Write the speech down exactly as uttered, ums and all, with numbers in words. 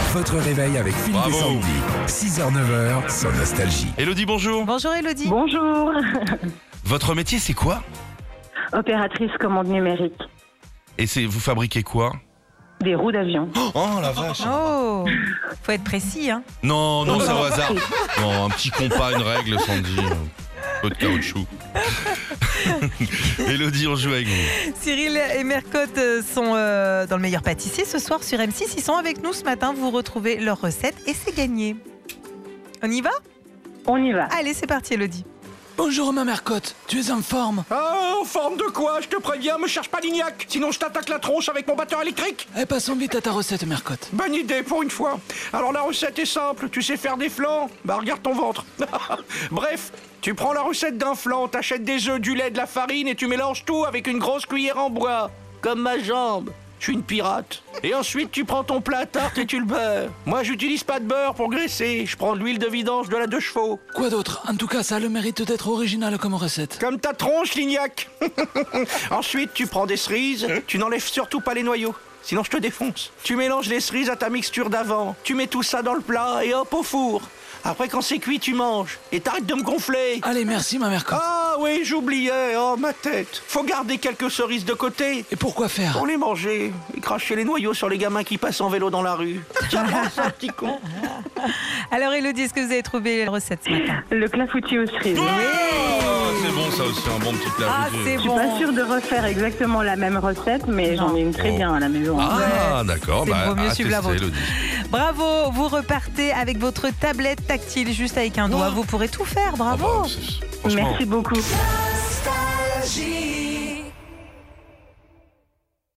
Votre réveil avec Philippe et Bravo. Sandy. six heures neuf heures sur Nostalgie. Élodie, bonjour. Bonjour Elodie. Bonjour, Votre métier, c'est quoi? opératrice commande numérique, Et c'est vous fabriquez quoi? des roues d'avion. Oh la vache. Oh, faut être précis, hein. Non, non, c'est au hasard. Non, un petit compas, une règle, Sandy. Un peu de caoutchouc. Élodie, on joue avec vous. Cyril et Mercotte sont euh, dans le meilleur pâtissier ce soir sur M six. Ils sont avec nous ce matin. Vous retrouvez leur recette et c'est gagné. On y va? On y va. Allez, c'est parti Elodie. Bonjour ma Mercotte, tu es en forme? Ah, en forme de quoi? Je te préviens, me cherche pas l'ignac, sinon je t'attaque la tronche avec mon batteur électrique. Eh, passons vite à ta recette Mercotte. Bonne idée pour une fois. Alors la recette est simple, tu sais faire des flans? Bah regarde ton ventre. Bref, tu prends la recette d'un flan, t'achètes des œufs, du lait, de la farine et tu mélanges tout avec une grosse cuillère en bois. Comme ma jambe. Je suis une pirate. Et ensuite, tu prends ton plat à tarte et tu le beurres. Moi, j'utilise pas de beurre pour graisser. Je prends de l'huile de vidange de la deux chevaux. Quoi d'autre? En tout cas, ça a le mérite d'être original comme recette. Comme ta tronche, Lignac. Ensuite, tu prends des cerises. Tu n'enlèves surtout pas les noyaux. Sinon, je te défonce. Tu mélanges les cerises à ta mixture d'avant. Tu mets tout ça dans le plat et hop au four. Après, quand c'est cuit, tu manges. Et t'arrêtes de me gonfler. Allez, merci ma Mercotte. Ah oui, j'oubliais. Oh, ma tête. Faut garder quelques cerises de côté. Et pourquoi faire? Pour les manger et cracher les noyaux sur les gamins qui passent en vélo dans la rue. Tiens, prends ça, petit con. Alors Elodie, est-ce que vous avez trouvé la recette ce matin? Le clafoutis aux cerises. Oh, c'est bon, ça aussi, un bon petit plat. Ah, c'est Je suis bon. pas sûre de refaire exactement la même recette, mais j'en ai une très Oh. bien à la maison. Ah, d'accord. C'est Bah, vaut mieux à suivre la tester, vôtre. Élodie. Bravo, vous repartez avec votre tablette tactile juste avec un doigt. Vous pourrez tout faire, bravo. Ah bah, c'est- franchement. Merci beaucoup. Nostalgie.